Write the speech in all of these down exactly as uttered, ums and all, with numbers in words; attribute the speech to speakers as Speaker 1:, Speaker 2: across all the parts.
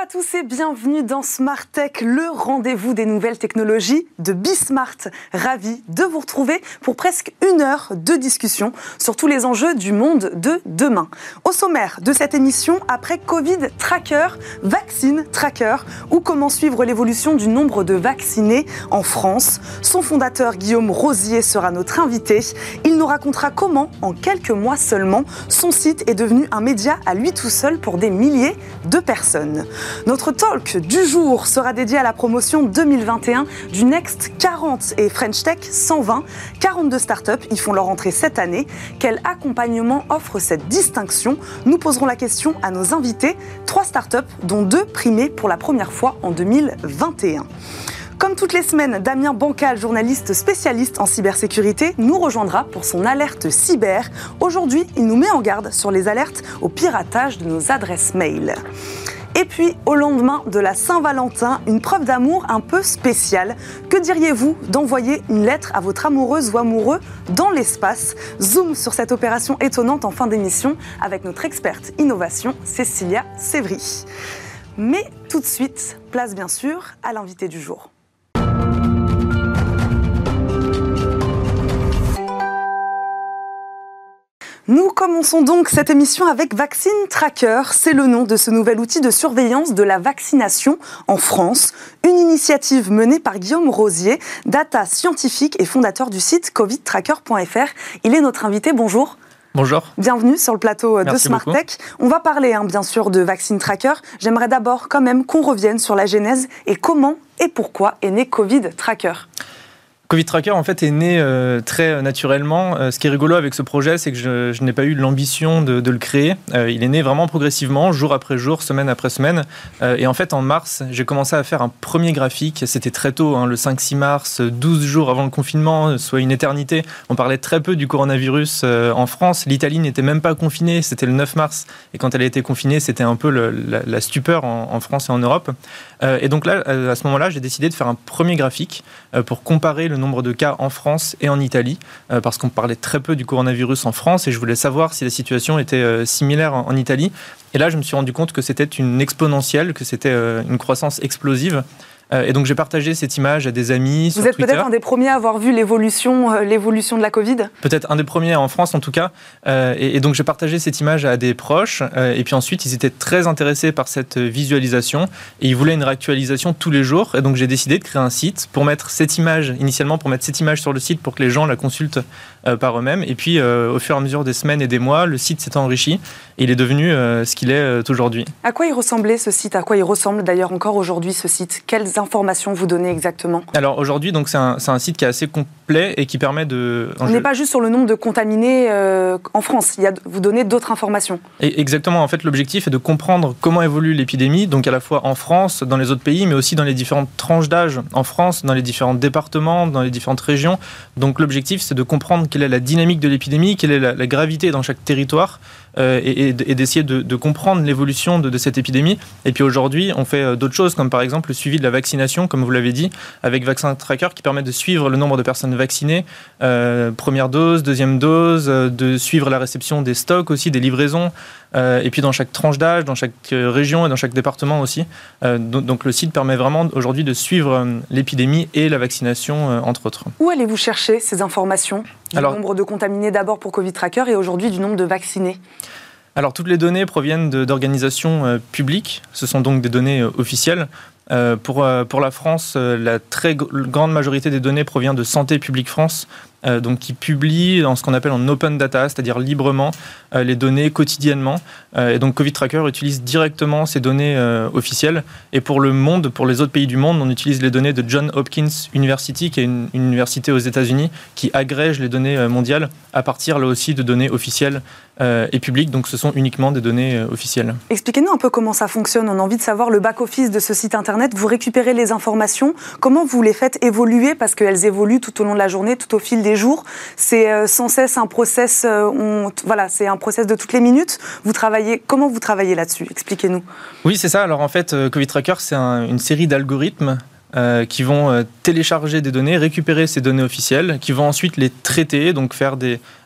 Speaker 1: à tous et bienvenue dans Smart Tech, le rendez-vous des nouvelles technologies de Bismart. Ravi de vous retrouver pour presque une heure de discussion sur tous les enjeux du monde de demain. Au sommaire de cette émission, après Covid Tracker, Vaccine Tracker, ou comment suivre l'évolution du nombre de vaccinés en France. Son fondateur Guillaume Rosier sera notre invité. Il nous racontera comment, en quelques mois seulement, son site est devenu un média à lui tout seul pour des milliers de personnes. Notre talk du jour sera dédié à la promotion deux mille vingt et un du Next quarante et French Tech cent vingt. quarante-deux startups y font leur entrée cette année. Quel accompagnement offre cette distinction? Nous poserons la question à nos invités. Trois startups, dont deux primées pour la première fois en deux mille vingt et un. Comme toutes les semaines, Damien Bancal, journaliste spécialiste en cybersécurité, nous rejoindra pour son alerte cyber. Aujourd'hui, il nous met en garde sur les alertes au piratage de nos adresses mail. Et puis, au lendemain de la Saint-Valentin, une preuve d'amour un peu spéciale. Que diriez-vous d'envoyer une lettre à votre amoureuse ou amoureux dans l'espace? Zoom sur cette opération étonnante en fin d'émission avec notre experte innovation, Cécilia Sévry. Mais tout de suite, place bien sûr à l'invité du jour. Nous commençons donc cette émission avec Vaccine Tracker. C'est le nom de ce nouvel outil de surveillance de la vaccination en France. Une initiative menée par Guillaume Rosier, data scientifique et fondateur du site covid tracker point f r. Il est notre invité. Bonjour.
Speaker 2: Bonjour.
Speaker 1: Bienvenue sur le plateau de
Speaker 2: Merci
Speaker 1: Smart
Speaker 2: beaucoup.
Speaker 1: Tech. On va parler hein, bien sûr de Vaccine Tracker. J'aimerais d'abord quand même qu'on revienne sur la genèse et comment et pourquoi est né Covid Tracker.
Speaker 2: Covid Tracker, en fait, est né euh, très naturellement. Euh, ce qui est rigolo avec ce projet, c'est que je, je n'ai pas eu l'ambition de, de le créer. Euh, il est né vraiment progressivement, jour après jour, semaine après semaine. Euh, et en fait, en mars, j'ai commencé à faire un premier graphique. C'était très tôt, hein, le cinq six mars, douze jours avant le confinement, soit une éternité. On parlait très peu du coronavirus euh, en France. L'Italie n'était même pas confinée, c'était le neuf mars. Et quand elle a été confinée, c'était un peu le, la, la stupeur en, en France et en Europe. Euh, et donc là, à ce moment-là, j'ai décidé de faire un premier graphique euh, pour comparer le nombre de cas en France et en Italie, euh, parce qu'on parlait très peu du coronavirus en France et je voulais savoir si la situation était euh, similaire en, en Italie. Et là, je me suis rendu compte que c'était une exponentielle, que c'était euh, une croissance explosive. Euh, et donc, j'ai partagé cette image à des amis sur
Speaker 1: Vous êtes
Speaker 2: Twitter.
Speaker 1: peut-être un des premiers à avoir vu l'évolution, euh, l'évolution de la Covid?
Speaker 2: Peut-être un des premiers en France en tout cas. Euh, et, et donc j'ai partagé cette image à des proches. Euh, et puis ensuite, ils étaient très intéressés par cette visualisation et ils voulaient une réactualisation tous les jours. Et donc j'ai décidé de créer un site pour mettre cette image, initialement pour mettre cette image sur le site pour que les gens la consultent euh, par eux-mêmes. Et puis euh, au fur et à mesure des semaines et des mois, le site s'est enrichi et il est devenu euh, ce qu'il est euh, aujourd'hui.
Speaker 1: À quoi il ressemblait ce site? À quoi il ressemble d'ailleurs encore aujourd'hui ce site? Quelles informations vous donnez exactement?
Speaker 2: Alors aujourd'hui, donc c'est un, c'est un site qui est assez complet et qui permet de...
Speaker 1: On n'est pas juste sur le nombre de contaminés euh, en France, il y a, vous donnez d'autres informations.
Speaker 2: Et exactement, en fait l'objectif est de comprendre comment évolue l'épidémie, donc à la fois en France, dans les autres pays, mais aussi dans les différentes tranches d'âge en France, dans les différents départements, dans les différentes régions. Donc l'objectif c'est de comprendre quelle est la dynamique de l'épidémie, quelle est la, la gravité dans chaque territoire. Euh, et, et d'essayer de, de comprendre l'évolution de, de cette épidémie. Et puis aujourd'hui, on fait euh, d'autres choses, comme par exemple le suivi de la vaccination, comme vous l'avez dit, avec Vaccine Tracker, qui permet de suivre le nombre de personnes vaccinées, euh, première dose, deuxième dose, euh, de suivre la réception des stocks aussi, des livraisons, euh, et puis dans chaque tranche d'âge, dans chaque région et dans chaque département aussi. Euh, donc, donc le site permet vraiment aujourd'hui de suivre euh, l'épidémie et la vaccination, euh, entre autres.
Speaker 1: Où allez-vous chercher ces informations du Alors, nombre de contaminés d'abord pour Covid Tracker et aujourd'hui du nombre de vaccinés?
Speaker 2: Alors, toutes les données proviennent de, d'organisations euh, publiques. Ce sont donc des données euh, officielles. Euh, pour, euh, pour la France, euh, la très g- grande majorité des données provient de Santé publique France, euh, donc qui publie dans ce qu'on appelle en open data, c'est-à-dire librement, euh, les données quotidiennement. Euh, et donc Covid Tracker utilise directement ces données euh, officielles. Et pour le monde, pour les autres pays du monde, on utilise les données de Johns Hopkins University, qui est une, une université aux États-Unis, qui agrège les données euh, mondiales à partir là aussi de données officielles euh, et publiques. Donc ce sont uniquement des données euh, officielles.
Speaker 1: Expliquez-nous un peu comment ça fonctionne. On a envie de savoir le back-office de ce site internet. Vous récupérez les informations. Comment vous les faites évoluer? Parce qu'elles évoluent tout au long de la journée, tout au fil des jours. C'est euh, sans cesse un process. Euh, on, voilà, c'est un process de toutes les minutes. Vous travaillez. Comment vous travaillez là-dessus? Expliquez-nous.
Speaker 2: Oui, c'est ça. Alors en fait, euh, Covid Tracker, c'est un, une série d'algorithmes euh, qui vont euh, télécharger des données, récupérer ces données officielles, qui vont ensuite les traiter, donc faire des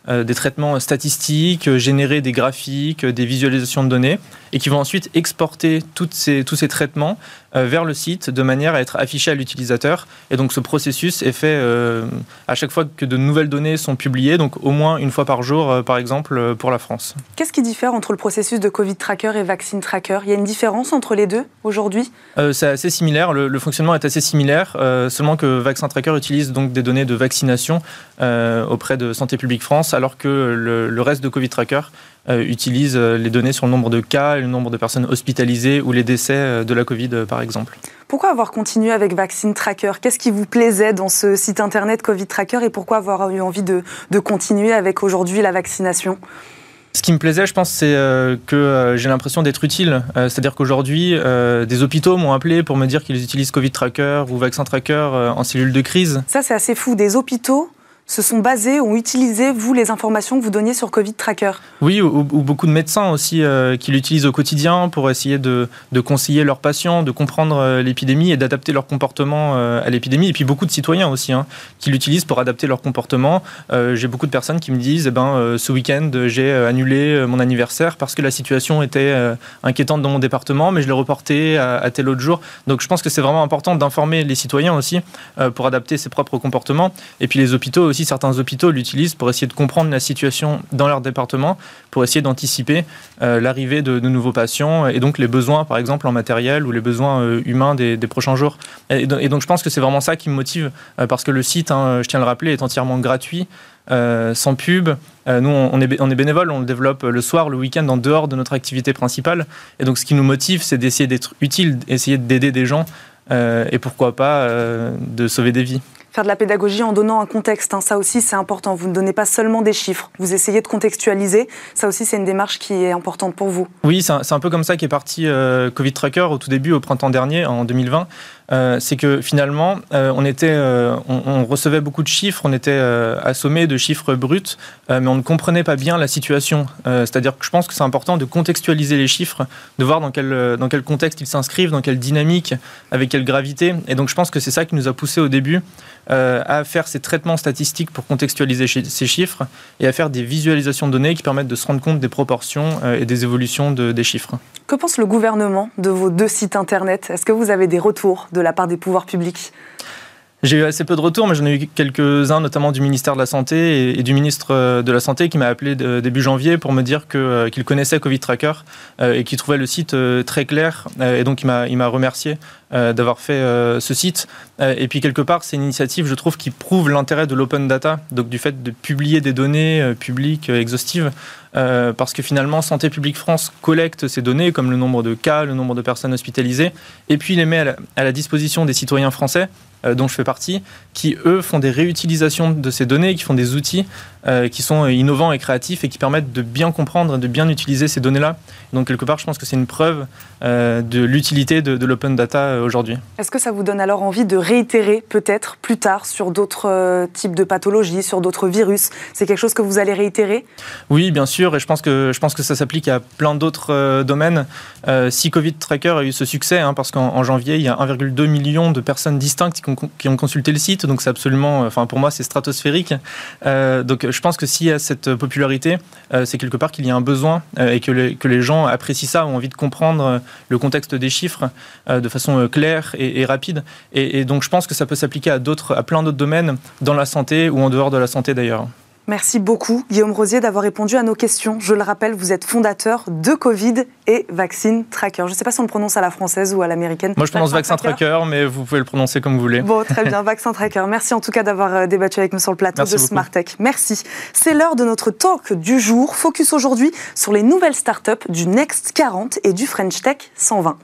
Speaker 2: euh, des traitements statistiques, euh, générer des graphiques, euh, des visualisations de données, et qui vont ensuite exporter toutes ces, tous ces traitements euh, vers le site de manière à être affichés à l'utilisateur. Et donc ce processus est fait euh, à chaque fois que de nouvelles données sont publiées, donc au moins une fois par jour, euh, par exemple, euh, pour la France.
Speaker 1: Qu'est-ce qui diffère entre le processus de Covid Tracker et Vaccine Tracker ? Il y a une différence entre les deux aujourd'hui ?
Speaker 2: euh, C'est assez similaire, le, le fonctionnement est assez similaire, euh, seulement que Vaccin Tracker utilise donc des données de vaccination euh, auprès de Santé publique France, alors que le, le reste de Covid Tracker euh, utilise les données sur le nombre de cas, le nombre de personnes hospitalisées ou les décès de la Covid, euh, par exemple.
Speaker 1: Pourquoi avoir continué avec Vaccine Tracker ? Qu'est-ce qui vous plaisait dans ce site internet Covid Tracker et pourquoi avoir eu envie de, de continuer avec aujourd'hui la vaccination ?
Speaker 2: Ce qui me plaisait, je pense, c'est euh, que euh, j'ai l'impression d'être utile. Euh, c'est-à-dire qu'aujourd'hui, euh, des hôpitaux m'ont appelé pour me dire qu'ils utilisent Covid Tracker ou Vaccin Tracker euh, en cellule de crise.
Speaker 1: Ça, c'est assez fou. Des hôpitaux se sont basés, ont utilisé, vous, les informations que vous donniez sur Covid Tracker.
Speaker 2: Oui, ou, ou beaucoup de médecins aussi euh, qui l'utilisent au quotidien pour essayer de, de conseiller leurs patients, de comprendre euh, l'épidémie et d'adapter leur comportement euh, à l'épidémie. Et puis beaucoup de citoyens aussi hein, qui l'utilisent pour adapter leur comportement. Euh, j'ai beaucoup de personnes qui me disent eh ben, euh, ce week-end, j'ai annulé euh, mon anniversaire parce que la situation était euh, inquiétante dans mon département, mais je l'ai reporté à, à tel autre jour. Donc je pense que c'est vraiment important d'informer les citoyens aussi euh, pour adapter ses propres comportements. Et puis les hôpitaux aussi. Certains hôpitaux l'utilisent pour essayer de comprendre la situation dans leur département, pour essayer d'anticiper euh, l'arrivée de, de nouveaux patients et donc les besoins, par exemple, en matériel ou les besoins euh, humains des, des prochains jours. Et, et donc, je pense que c'est vraiment ça qui me motive, euh, parce que le site, hein, je tiens à le rappeler, est entièrement gratuit, euh, sans pub. Euh, nous, on est, on est bénévoles, on le développe le soir, le week-end, en dehors de notre activité principale. Et donc, ce qui nous motive, c'est d'essayer d'être utile, d'essayer d'aider des gens euh, et pourquoi pas euh, de sauver des vies.
Speaker 1: Faire de la pédagogie en donnant un contexte, hein, ça aussi c'est important. Vous ne donnez pas seulement des chiffres, vous essayez de contextualiser. Ça aussi c'est une démarche qui est importante pour vous.
Speaker 2: Oui, c'est un, c'est un peu comme ça qu'est parti euh, Covid Tracker au tout début, au printemps dernier, en deux mille vingt. Euh, c'est que finalement, euh, on, était, euh, on, on recevait beaucoup de chiffres, on était euh, assommé de chiffres bruts, euh, mais on ne comprenait pas bien la situation. Euh, c'est-à-dire que je pense que c'est important de contextualiser les chiffres, de voir dans quel, dans quel contexte ils s'inscrivent, dans quelle dynamique, avec quelle gravité. Et donc je pense que c'est ça qui nous a poussé au début euh, à faire ces traitements statistiques pour contextualiser ces chiffres et à faire des visualisations de données qui permettent de se rendre compte des proportions euh, et des évolutions de, des chiffres.
Speaker 1: Que pense le gouvernement de vos deux sites internet ? Est-ce que vous avez des retours de la part des pouvoirs publics ?
Speaker 2: J'ai eu assez peu de retours, mais j'en ai eu quelques-uns, notamment du ministère de la Santé et, et du ministre de la Santé qui m'a appelé de, début janvier pour me dire que, euh, qu'il connaissait Covid Tracker euh, et qu'il trouvait le site euh, très clair. Euh, et donc, il m'a, il m'a remercié euh, d'avoir fait euh, ce site. Euh, et puis, quelque part, c'est une initiative, je trouve, qui prouve l'intérêt de l'open data, donc du fait de publier des données euh, publiques euh, exhaustives. Euh, parce que finalement, Santé publique France collecte ces données, comme le nombre de cas, le nombre de personnes hospitalisées, et puis les met à la, à la disposition des citoyens français, euh, dont je fais partie, qui, eux, font des réutilisations de ces données, qui font des outils euh, qui sont innovants et créatifs et qui permettent de bien comprendre et de bien utiliser ces données-là. Donc, quelque part, je pense que c'est une preuve euh, de l'utilité de, de l'open data euh, aujourd'hui.
Speaker 1: Est-ce que ça vous donne alors envie de réitérer, peut-être, plus tard, sur d'autres euh, types de pathologies, sur d'autres virus ? C'est quelque chose que vous allez réitérer ?
Speaker 2: Oui, bien sûr, et je pense que, je pense que ça s'applique à plein d'autres euh, domaines. Euh, si Covid Tracker a eu ce succès, hein, parce qu'en en janvier, il y a un virgule deux million de personnes distinctes qui ont, qui ont consulté le site, donc c'est absolument, enfin pour moi, c'est stratosphérique. Euh, donc je pense que s'il y a cette popularité, euh, c'est quelque part qu'il y a un besoin euh, et que les, que les gens apprécient ça, ont envie de comprendre le contexte des chiffres euh, de façon euh, claire et, et rapide. Et, et donc je pense que ça peut s'appliquer à, d'autres, à plein d'autres domaines, dans la santé ou en dehors de la santé d'ailleurs.
Speaker 1: Merci beaucoup, Guillaume Rosier, d'avoir répondu à nos questions. Je le rappelle, vous êtes fondateur de Covid et Vaccine Tracker. Je ne sais pas si on le prononce à la française ou à l'américaine.
Speaker 2: Moi, je prononce Vaccin Tracker, Tracker, mais vous pouvez le prononcer comme vous voulez.
Speaker 1: Bon, très bien, Vaccin Tracker. Merci en tout cas d'avoir débattu avec nous sur le plateau Merci de beaucoup. Smart Tech. Merci. C'est l'heure de notre talk du jour. Focus aujourd'hui sur les nouvelles startups du Next quarante et du French Tech cent vingt.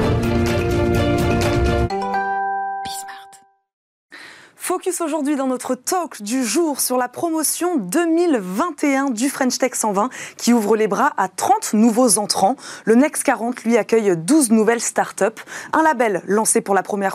Speaker 1: Focus aujourd'hui dans notre talk du jour sur la promotion deux mille vingt et un du French Tech cent vingt qui ouvre les bras à trente nouveaux entrants. Le Next quarante, lui, accueille douze nouvelles startups. Un label lancé pour la première fois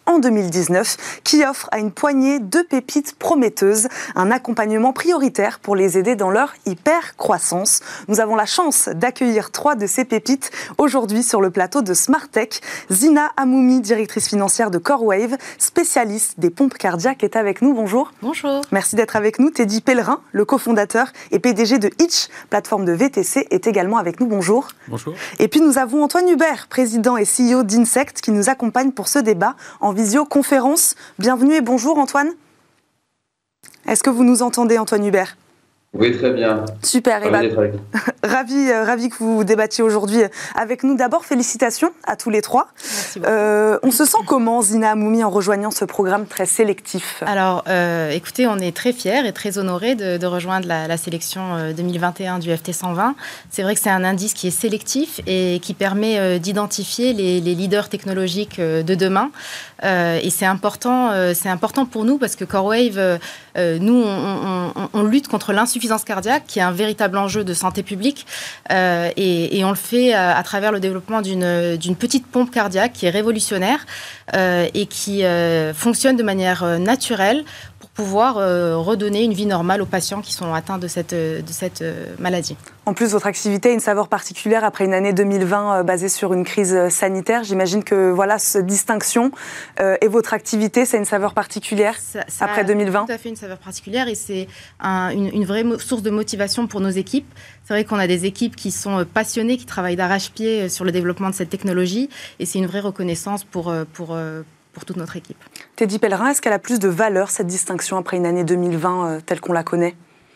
Speaker 1: en deux mille dix-neuf qui offre à une poignée de pépites prometteuses un accompagnement prioritaire pour les aider dans leur hyper-croissance. Nous avons la chance d'accueillir trois de ces pépites aujourd'hui sur le plateau de Smartech. Zina Amoumi, directrice financière de CoreWave, spécialiste des pompes cardiaques, est avec nous. Bonjour.
Speaker 3: Bonjour.
Speaker 1: Merci d'être avec nous. Teddy Pellerin, le cofondateur et P D G de Hitch, plateforme de V T C, est également avec nous. Bonjour.
Speaker 4: Bonjour.
Speaker 1: Et puis nous avons Antoine Hubert, président et C E O d'Insect, qui nous accompagne pour ce débat en visioconférence. Bienvenue et bonjour Antoine. Est-ce que vous nous entendez, Antoine Hubert ?
Speaker 5: Oui, très bien.
Speaker 1: Super.
Speaker 5: Ravi d'être avec
Speaker 1: vous. ravi, euh, ravi que vous débattiez aujourd'hui avec nous. D'abord, félicitations à tous les trois.
Speaker 3: Merci beaucoup.
Speaker 1: Euh, on se sent comment, Zina Amoumi, en rejoignant ce programme très sélectif ?
Speaker 3: Alors, euh, écoutez, on est très fiers et très honorés de, de rejoindre la, la sélection deux mille vingt et un du F T cent vingt. C'est vrai que c'est un indice qui est sélectif et qui permet euh, d'identifier les, les leaders technologiques euh, de demain. Euh, et c'est important, euh, c'est important pour nous parce que CoreWave, euh, nous, on, on, on lutte contre l'insuffisance cardiaque, qui est un véritable enjeu de santé publique. Euh, et, et on le fait à, à travers le développement d'une, d'une petite pompe cardiaque qui est révolutionnaire euh, et qui euh, fonctionne de manière euh, naturelle pour pouvoir euh, redonner une vie normale aux patients qui sont atteints de cette, de cette euh, maladie.
Speaker 1: En plus, votre activité a une saveur particulière après une année deux mille vingt euh, basée sur une crise sanitaire. J'imagine que voilà, cette distinction euh, et votre activité, c'est une saveur particulière
Speaker 3: ça, ça
Speaker 1: après deux mille vingt.
Speaker 3: Tout à fait une saveur particulière et c'est un, une, une vraie mo- source de motivation pour nos équipes. C'est vrai qu'on a des équipes qui sont passionnées, qui travaillent d'arrache-pied sur le développement de cette technologie et c'est une vraie reconnaissance pour, pour, pour toute notre équipe.
Speaker 1: Teddy Pellerin, est-ce qu'elle a plus de valeur, cette distinction, après une année deux mille vingt euh, telle qu'on la connaît ?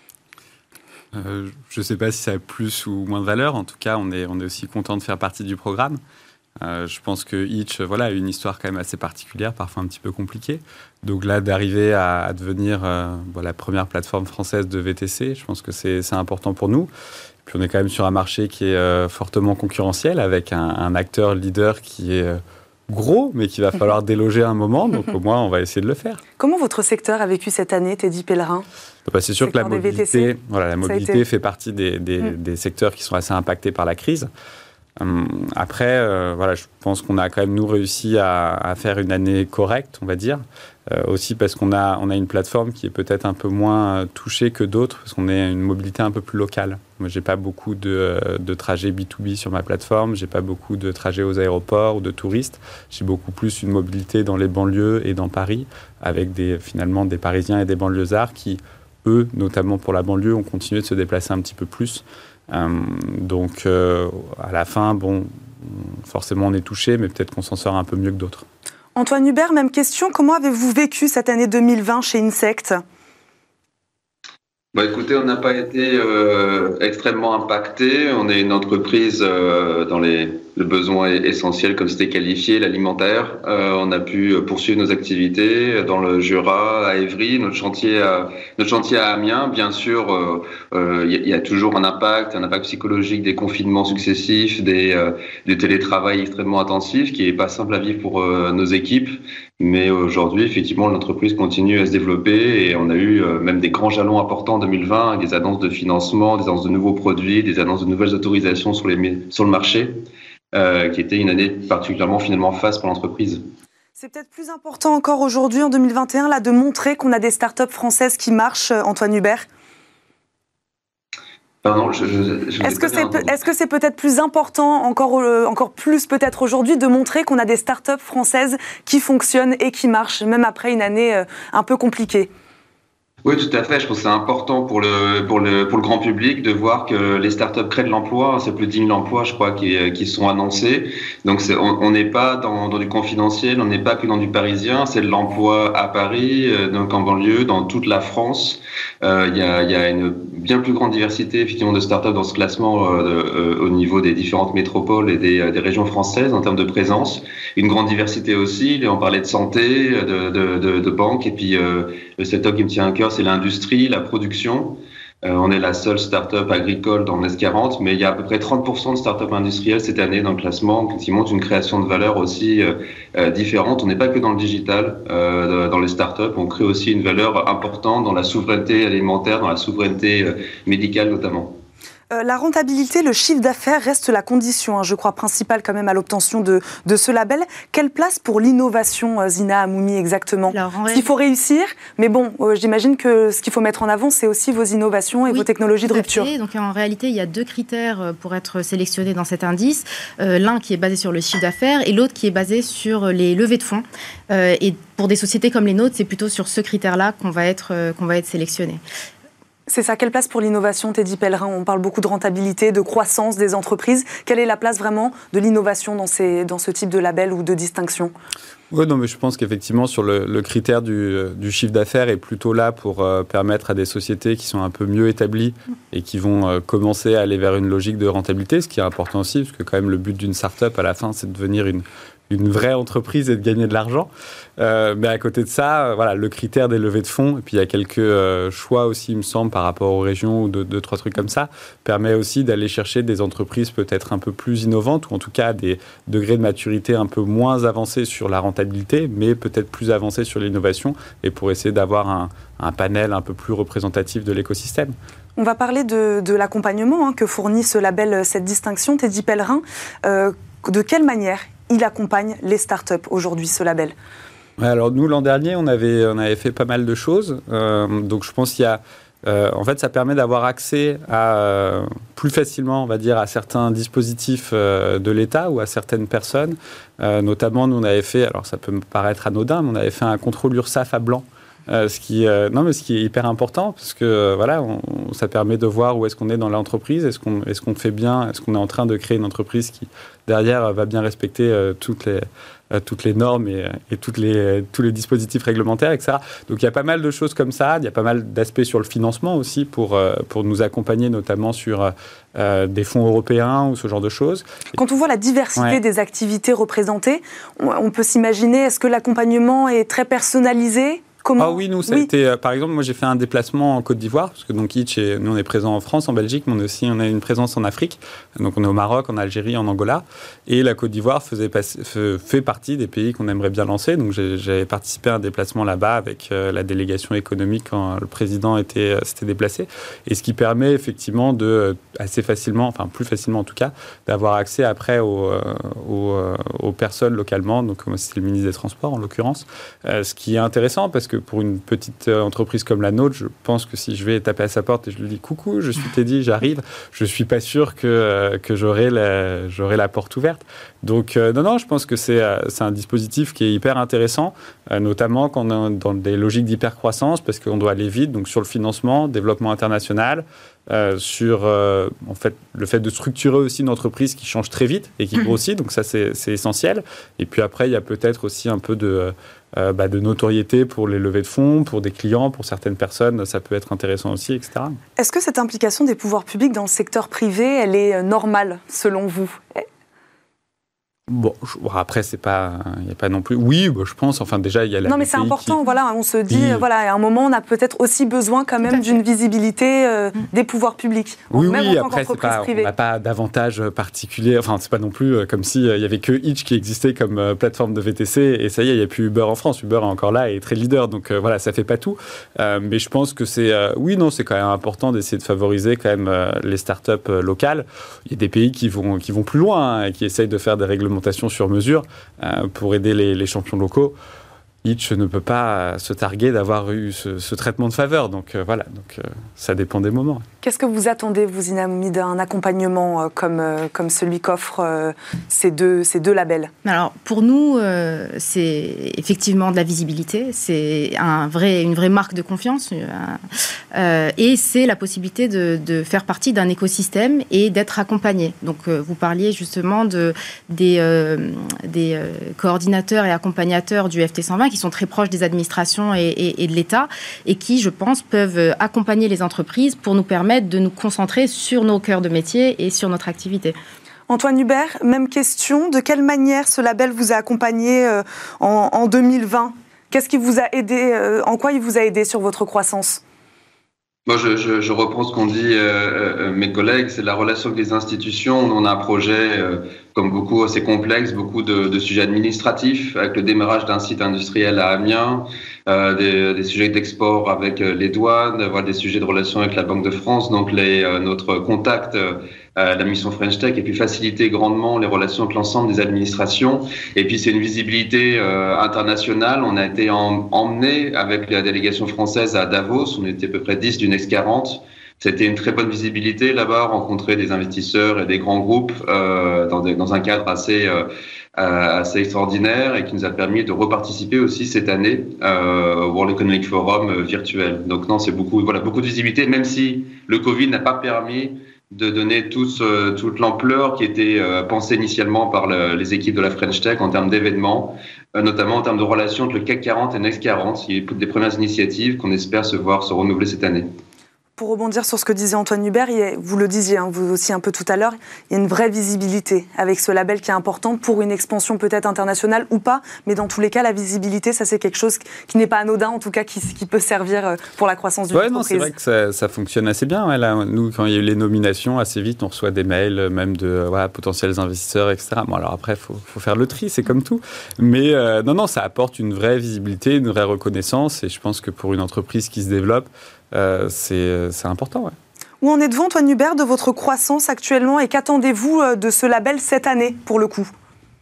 Speaker 4: Euh, je ne sais pas si ça a plus ou moins de valeur. En tout cas, on est, on est aussi content de faire partie du programme. Euh, je pense que Hitch voilà, a une histoire quand même assez particulière, parfois un petit peu compliquée. Donc là, d'arriver à, à devenir euh, voilà, la première plateforme française de V T C, je pense que c'est, c'est important pour nous. Puis on est quand même sur un marché qui est euh, fortement concurrentiel, avec un, un acteur leader qui est... Euh, gros, mais qu'il va falloir déloger à un moment, donc au moins on va essayer de le faire.
Speaker 1: Comment votre secteur a vécu cette année, Teddy Pellerin ?
Speaker 4: Bah, c'est sûr que la mobilité, voilà, la mobilité été... fait partie des, des, mmh. des secteurs qui sont assez impactés par la crise. Hum, après, euh, voilà, je pense qu'on a quand même, nous, réussi à, à faire une année correcte, on va dire. Euh, aussi parce qu'on a, on a une plateforme qui est peut-être un peu moins touchée que d'autres, parce qu'on est une mobilité un peu plus locale. Moi, j'ai pas beaucoup de, de trajets B deux B sur ma plateforme, j'ai pas beaucoup de trajets aux aéroports ou de touristes. J'ai beaucoup plus une mobilité dans les banlieues et dans Paris, avec des, finalement des Parisiens et des banlieusards qui, eux, notamment pour la banlieue, ont continué de se déplacer un petit peu plus. Euh, donc, euh, à la fin, bon, forcément, on est touché, mais peut-être qu'on s'en sort un peu mieux que d'autres.
Speaker 1: Antoine Hubert, même question. Comment avez-vous vécu cette année deux mille vingt chez Insect ?
Speaker 5: Bah écoutez, on n'a pas été euh, extrêmement impacté. On est une entreprise euh, dans les, le besoin essentiel, comme c'était qualifié, l'alimentaire. Euh, on a pu poursuivre nos activités dans le Jura, à Évry, notre chantier à, notre chantier à Amiens. Bien sûr, il euh, euh, y, y a toujours un impact, un impact psychologique des confinements successifs, des, euh, du télétravail extrêmement intensif, qui est pas simple à vivre pour euh, nos équipes. Mais aujourd'hui, effectivement, l'entreprise continue à se développer et on a eu euh, même des grands jalons importants en deux mille vingt, des annonces de financement, des annonces de nouveaux produits, des annonces de nouvelles autorisations sur, les, sur le marché, euh, qui était une année particulièrement finalement faste pour l'entreprise.
Speaker 1: C'est peut-être plus important encore aujourd'hui, en deux mille vingt et un, là, de montrer qu'on a des startups françaises qui marchent, Antoine Hubert ?
Speaker 5: Pardon, je, je, je
Speaker 1: est-ce, que c'est, est-ce que c'est peut-être plus important, encore, euh, encore plus peut-être aujourd'hui, de montrer qu'on a des startups françaises qui fonctionnent et qui marchent, même après une année euh, un peu compliquée ?
Speaker 5: Oui, tout à fait. Je pense que c'est important pour le pour le pour le grand public de voir que les startups créent de l'emploi. C'est plus de dix mille emplois, je crois, qui qui sont annoncés. Donc c'est, on n'est pas dans dans du confidentiel, on n'est pas que dans du parisien. C'est de l'emploi à Paris, donc en banlieue, dans toute la France. Euh, il y a il y a une bien plus grande diversité effectivement de startups dans ce classement euh, euh, au niveau des différentes métropoles et des des régions françaises en termes de présence. Une grande diversité aussi. On parlait de santé, de de de, de banque, et puis euh, le secteur qui me tient à cœur, c'est l'industrie, la production. Euh, on est la seule start-up agricole dans le S quarante, mais il y a à peu près trente pour cent de start-up industrielles cette année dans le classement qui montrent une création de valeur aussi euh, euh, différente. On n'est pas que dans le digital, euh, dans les start-up, on crée aussi une valeur importante dans la souveraineté alimentaire, dans la souveraineté euh, médicale notamment.
Speaker 1: Euh, la rentabilité, le chiffre d'affaires reste la condition, hein, je crois, principale quand même à l'obtention de, de ce label. Quelle place pour l'innovation, euh, Zina Hamoumi, exactement? Alors, il faut réussir, mais bon, euh, j'imagine que ce qu'il faut mettre en avant, c'est aussi vos innovations et oui, vos technologies de rupture.
Speaker 3: Donc en réalité, il y a deux critères pour être sélectionné dans cet indice. Euh, l'un qui est basé sur le chiffre d'affaires et l'autre qui est basé sur les levées de fonds. Euh, et pour des sociétés comme les nôtres, c'est plutôt sur ce critère-là qu'on va être, euh, qu'on va être sélectionné.
Speaker 1: C'est ça, quelle place pour l'innovation, Teddy Pellerin? On parle beaucoup de rentabilité, de croissance des entreprises. Quelle est la place vraiment de l'innovation dans, ces, dans ce type de label ou de distinction?
Speaker 4: Oui, non, mais je pense qu'effectivement, sur le, le critère du, du chiffre d'affaires est plutôt là pour euh, permettre à des sociétés qui sont un peu mieux établies et qui vont euh, commencer à aller vers une logique de rentabilité, ce qui est important aussi, parce que quand même le but d'une start-up à la fin, c'est de devenir une, une vraie entreprise et de gagner de l'argent. Euh, mais à côté de ça, euh, voilà, le critère des levées de fonds, et puis il y a quelques euh, choix aussi, il me semble, par rapport aux régions ou deux, deux, trois trucs comme ça, permet aussi d'aller chercher des entreprises peut-être un peu plus innovantes ou en tout cas des degrés de maturité un peu moins avancés sur la rentabilité, mais peut-être plus avancés sur l'innovation et pour essayer d'avoir un, un panel un peu plus représentatif de l'écosystème.
Speaker 1: On va parler de, de l'accompagnement hein, que fournit ce label, cette distinction. Teddy Pellerin, euh, de quelle manière il accompagne les startups aujourd'hui, ce label?
Speaker 4: Alors nous, l'an dernier, on avait, on avait fait pas mal de choses. Euh, donc je pense qu'il y a... Euh, en fait, ça permet d'avoir accès à, euh, plus facilement, on va dire, à certains dispositifs euh, de l'État ou à certaines personnes. Euh, notamment, nous, on avait fait, alors ça peut me paraître anodin, mais on avait fait un contrôle URSSAF à blanc. Euh, ce, qui, euh, non, mais ce qui est hyper important, parce que euh, voilà, on, ça permet de voir où est-ce qu'on est dans l'entreprise, est-ce qu'on, est-ce qu'on fait bien, est-ce qu'on est en train de créer une entreprise qui, derrière, va bien respecter euh, toutes les... toutes les normes et, et toutes les, tous les dispositifs réglementaires, et cetera. Donc il y a pas mal de choses comme ça, il y a pas mal d'aspects sur le financement aussi pour, pour nous accompagner notamment sur euh, des fonds européens ou ce genre de choses.
Speaker 1: Quand on voit la diversité ouais. des activités représentées, on, on peut s'imaginer, est-ce que l'accompagnement est très personnalisé ? Comment?
Speaker 4: Ah oui, nous, ça oui. a été, euh, par exemple, moi j'ai fait un déplacement en Côte d'Ivoire, parce que donc Itch, et, nous on est présent en France, en Belgique, mais on, aussi, on a une présence en Afrique. Donc on est au Maroc, en Algérie, en Angola. Et la Côte d'Ivoire faisait passer, fait partie des pays qu'on aimerait bien lancer. Donc j'ai, j'avais participé à un déplacement là-bas avec euh, la délégation économique quand le président était, euh, s'était déplacé. Et ce qui permet effectivement de, euh, assez facilement, enfin plus facilement en tout cas, d'avoir accès après aux, euh, aux, euh, aux personnes localement. Donc moi c'était le ministre des Transports en l'occurrence. Euh, ce qui est intéressant parce que pour une petite entreprise comme la nôtre, je pense que si je vais taper à sa porte et je lui dis « Coucou, je suis Teddy, j'arrive », je ne suis pas sûr que, euh, que j'aurai, la, j'aurai la porte ouverte. Donc euh, non, non, je pense que c'est, euh, c'est un dispositif qui est hyper intéressant, euh, notamment quand on est dans des logiques d'hypercroissance, parce qu'on doit aller vite, donc sur le financement, développement international, Euh, sur euh, en fait, le fait de structurer aussi une entreprise qui change très vite et qui grossit, donc ça c'est, c'est essentiel. Et puis après, il y a peut-être aussi un peu de, euh, bah, de notoriété pour les levées de fonds, pour des clients, pour certaines personnes, ça peut être intéressant aussi, et cetera.
Speaker 1: Est-ce que cette implication des pouvoirs publics dans le secteur privé, elle est normale selon vous ?
Speaker 4: Bon, je, après, c'est pas, il n'y a pas non plus. Oui, bah, je pense. Enfin, déjà, il y a la.
Speaker 1: Non, mais c'est important. Qui... Voilà, on se dit, oui. voilà, à un moment, on a peut-être aussi besoin quand même d'une visibilité euh, des pouvoirs publics.
Speaker 4: Oui,
Speaker 1: même
Speaker 4: oui.
Speaker 1: En tant
Speaker 4: après, c'est pas,
Speaker 1: privée.
Speaker 4: on n'a pas d'avantage particulier. Enfin, c'est pas non plus euh, comme si il euh, y avait que Itch qui existait comme euh, plateforme de V T C et ça y est, il n'y a plus Uber en France. Uber est encore là et est très leader. Donc euh, voilà, ça fait pas tout. Euh, mais je pense que c'est, euh, oui, non, c'est quand même important d'essayer de favoriser quand même euh, les startups euh, locales. Il y a des pays qui vont qui vont plus loin hein, et qui essayent de faire des réglementations sur mesure. Pour aider les, les champions locaux. Itch ne peut pas se targuer d'avoir eu ce, ce traitement de faveur. Donc euh, voilà, donc, euh, ça dépend des moments.
Speaker 1: Qu'est-ce que vous attendez, vous, Zina Hamoumi, d'un accompagnement euh, comme, euh, comme celui qu'offrent euh, ces, deux, ces deux labels ?
Speaker 3: Alors, pour nous, euh, c'est effectivement de la visibilité. C'est un vrai, une vraie marque de confiance. Euh, et c'est la possibilité de, de faire partie d'un écosystème et d'être accompagné. Donc, euh, vous parliez justement de, des, euh, des euh, coordinateurs et accompagnateurs du F T cent vingt qui sont très proches des administrations et, et, et de l'État et qui, je pense, peuvent accompagner les entreprises pour nous permettre de nous concentrer sur nos cœurs de métier et sur notre activité.
Speaker 1: Antoine Hubert, même question. De quelle manière ce label vous a accompagné euh, en, en deux mille vingt ? Qu'est-ce qui vous a aidé euh, En quoi il vous a aidé sur votre croissance ?
Speaker 5: Moi, je, je, je reprends ce qu'ont dit euh, euh, mes collègues, c'est la relation avec les institutions. On a un projet, euh, comme beaucoup, assez complexe, beaucoup de, de sujets administratifs, avec le démarrage d'un site industriel à Amiens, euh, des, des sujets d'export avec euh, les douanes, avoir des sujets de relations avec la Banque de France, donc les, euh, notre contact euh, à la mission French Tech, et puis faciliter grandement les relations avec l'ensemble des administrations. Et puis c'est une visibilité euh, internationale. On a été en, emmené avec la délégation française à Davos, on était à peu près dix du Next quarante. C'était une très bonne visibilité là-bas, rencontrer des investisseurs et des grands groupes euh, dans, des, dans un cadre assez, euh, assez extraordinaire et qui nous a permis de reparticiper aussi cette année euh, au World Economic Forum euh, virtuel. Donc non, c'est beaucoup, voilà, beaucoup de visibilité, même si le Covid n'a pas permis de donner tous, euh, toute l'ampleur qui était euh, pensée initialement par le, les équipes de la French Tech en termes d'événements, euh, notamment en termes de relations entre le C A C quarante et Next quarante. Il y a des premières initiatives qu'on espère se voir se renouveler cette année.
Speaker 1: Pour rebondir sur ce que disait Antoine Hubert, vous le disiez, hein, vous aussi un peu tout à l'heure, il y a une vraie visibilité avec ce label qui est important pour une expansion peut-être internationale ou pas, mais dans tous les cas, la visibilité, ça c'est quelque chose qui n'est pas anodin, en tout cas qui, qui peut servir pour la croissance d'une
Speaker 4: ouais,
Speaker 1: entreprise.
Speaker 4: Non, c'est vrai que ça, ça fonctionne assez bien. Ouais, là, nous, quand il y a eu les nominations, assez vite, on reçoit des mails, même de ouais, potentiels investisseurs, et cetera. Bon, alors après, il faut, faut faire le tri, c'est comme tout. Mais euh, non, non, ça apporte une vraie visibilité, une vraie reconnaissance, et je pense que pour une entreprise qui se développe, Euh, c'est, c'est important. Ouais.
Speaker 1: Où en êtes-vous, Antoine Hubert, de votre croissance actuellement et qu'attendez-vous de ce label cette année, pour le coup ?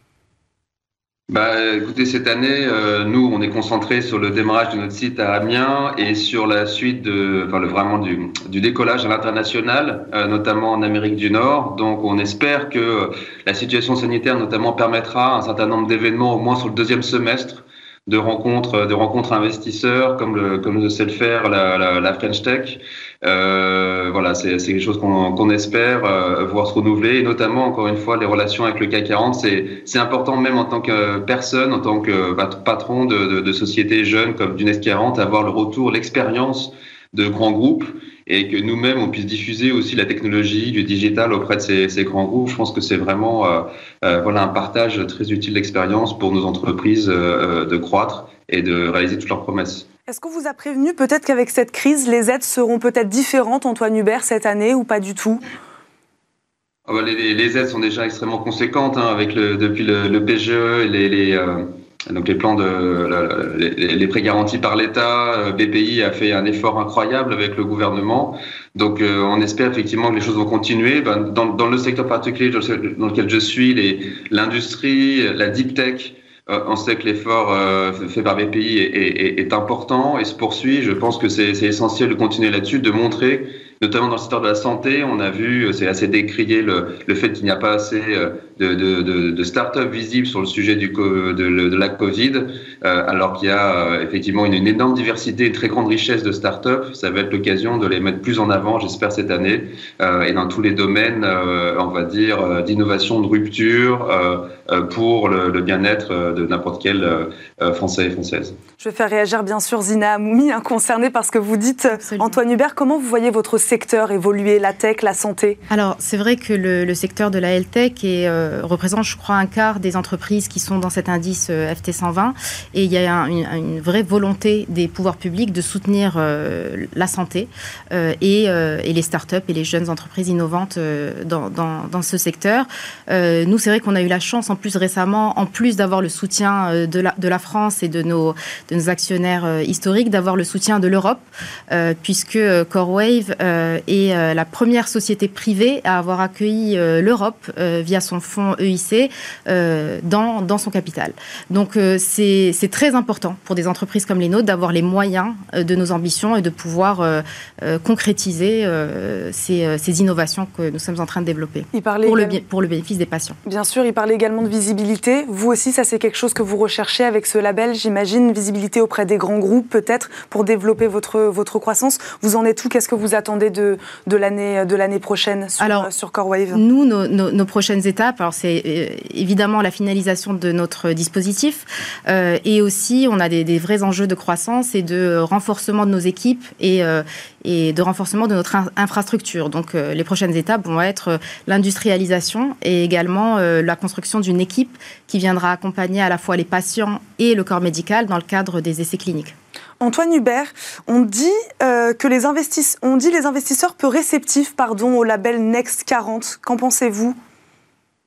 Speaker 5: Bah, écoutez, cette année, euh, nous, on est concentré sur le démarrage de notre site à Amiens et sur la suite de, enfin, le, vraiment du, du décollage à l'international, euh, notamment en Amérique du Nord. Donc, on espère que la situation sanitaire, notamment, permettra un certain nombre d'événements, au moins sur le deuxième semestre, de rencontres, de rencontres investisseurs, comme le, comme sait le faire la, la, la French Tech. Euh, voilà, c'est, c'est quelque chose qu'on, qu'on espère euh, voir se renouveler, et notamment, encore une fois, les relations avec le C A C quarante, c'est, c'est important même en tant que personne, en tant que patron de, de, de sociétés jeunes comme du Next quarante, avoir le retour, l'expérience de grands groupes, et que nous-mêmes, on puisse diffuser aussi la technologie, du digital auprès de ces, ces grands groupes. Je pense que c'est vraiment euh, euh, voilà, un partage très utile d'expérience pour nos entreprises euh, de croître et de réaliser toutes leurs promesses.
Speaker 1: Est-ce qu'on vous a prévenu peut-être qu'avec cette crise, les aides seront peut-être différentes, Antoine Hubert, cette année, ou pas du tout ?
Speaker 5: Ah bah les, les aides sont déjà extrêmement conséquentes, hein, avec le, depuis le, le P G E, les... les euh Donc les plans de les, les prêts garantis par l'État, B P I a fait un effort incroyable avec le gouvernement. Donc euh, on espère effectivement que les choses vont continuer. Ben, dans, dans le secteur particulier dans lequel je suis, les, l'industrie, la deep tech, euh, on sait que l'effort euh, fait par B P I est, est, est important et se poursuit. Je pense que c'est, c'est essentiel de continuer là-dessus, de montrer, notamment dans le secteur de la santé, on a vu, c'est assez décrié, le, le fait qu'il n'y a pas assez de, de, de, de start-up visibles sur le sujet du, de, de la Covid, euh, alors qu'il y a euh, effectivement une, une énorme diversité, une très grande richesse de start-up. Ça va être l'occasion de les mettre plus en avant, j'espère, cette année, euh, et dans tous les domaines, euh, on va dire, d'innovation, de rupture, euh, pour le, le bien-être de n'importe quel euh, Français et Française.
Speaker 1: Je vais faire réagir bien sûr Zina Hamoumi, hein, concernée par ce que vous dites. Absolument. Antoine Hubert, comment vous voyez votre secteur évoluer, la tech, la santé ?
Speaker 3: Alors, c'est vrai que le, le secteur de la health tech est, euh, représente, je crois, un quart des entreprises qui sont dans cet indice euh, F T cent vingt. Et il y a un, une, une vraie volonté des pouvoirs publics de soutenir euh, la santé euh, et, euh, et les startups et les jeunes entreprises innovantes euh, dans, dans, dans ce secteur. Euh, nous, c'est vrai qu'on a eu la chance, en plus récemment, en plus d'avoir le soutien de la, de la France et de nos, de nos actionnaires euh, historiques, d'avoir le soutien de l'Europe, euh, puisque euh, CoreWave euh, est euh, la première société privée à avoir accueilli euh, l'Europe euh, via son fonds E I C euh, dans, dans son capital. Donc euh, c'est, c'est très important pour des entreprises comme les nôtres d'avoir les moyens euh, de nos ambitions et de pouvoir euh, euh, concrétiser euh, ces, euh, ces innovations que nous sommes en train de développer pour le, pour le bénéfice des patients.
Speaker 1: Bien sûr, il parlait également de visibilité. Vous aussi, ça c'est quelque chose que vous recherchez avec ce label, j'imagine, visibilité auprès des grands groupes peut-être pour développer votre, votre croissance. Vous en êtes où ? Qu'est-ce que vous attendez de, de, l'année, de l'année prochaine sur, alors, sur CoreWave ?
Speaker 3: Nous, nos, nos, nos prochaines étapes, alors c'est euh, évidemment la finalisation de notre dispositif euh, et aussi on a des, des vrais enjeux de croissance et de renforcement de nos équipes et, euh, et de renforcement de notre in- infrastructure. Donc euh, les prochaines étapes vont être l'industrialisation et également euh, la construction d'une équipe qui viendra accompagner à la fois les patients et le corps médical dans le cadre des essais cliniques.
Speaker 1: Antoine Hubert, on dit, euh, que les investiss- on dit les investisseurs peu réceptifs pardon, au label Next quarante. Qu'en pensez-vous ?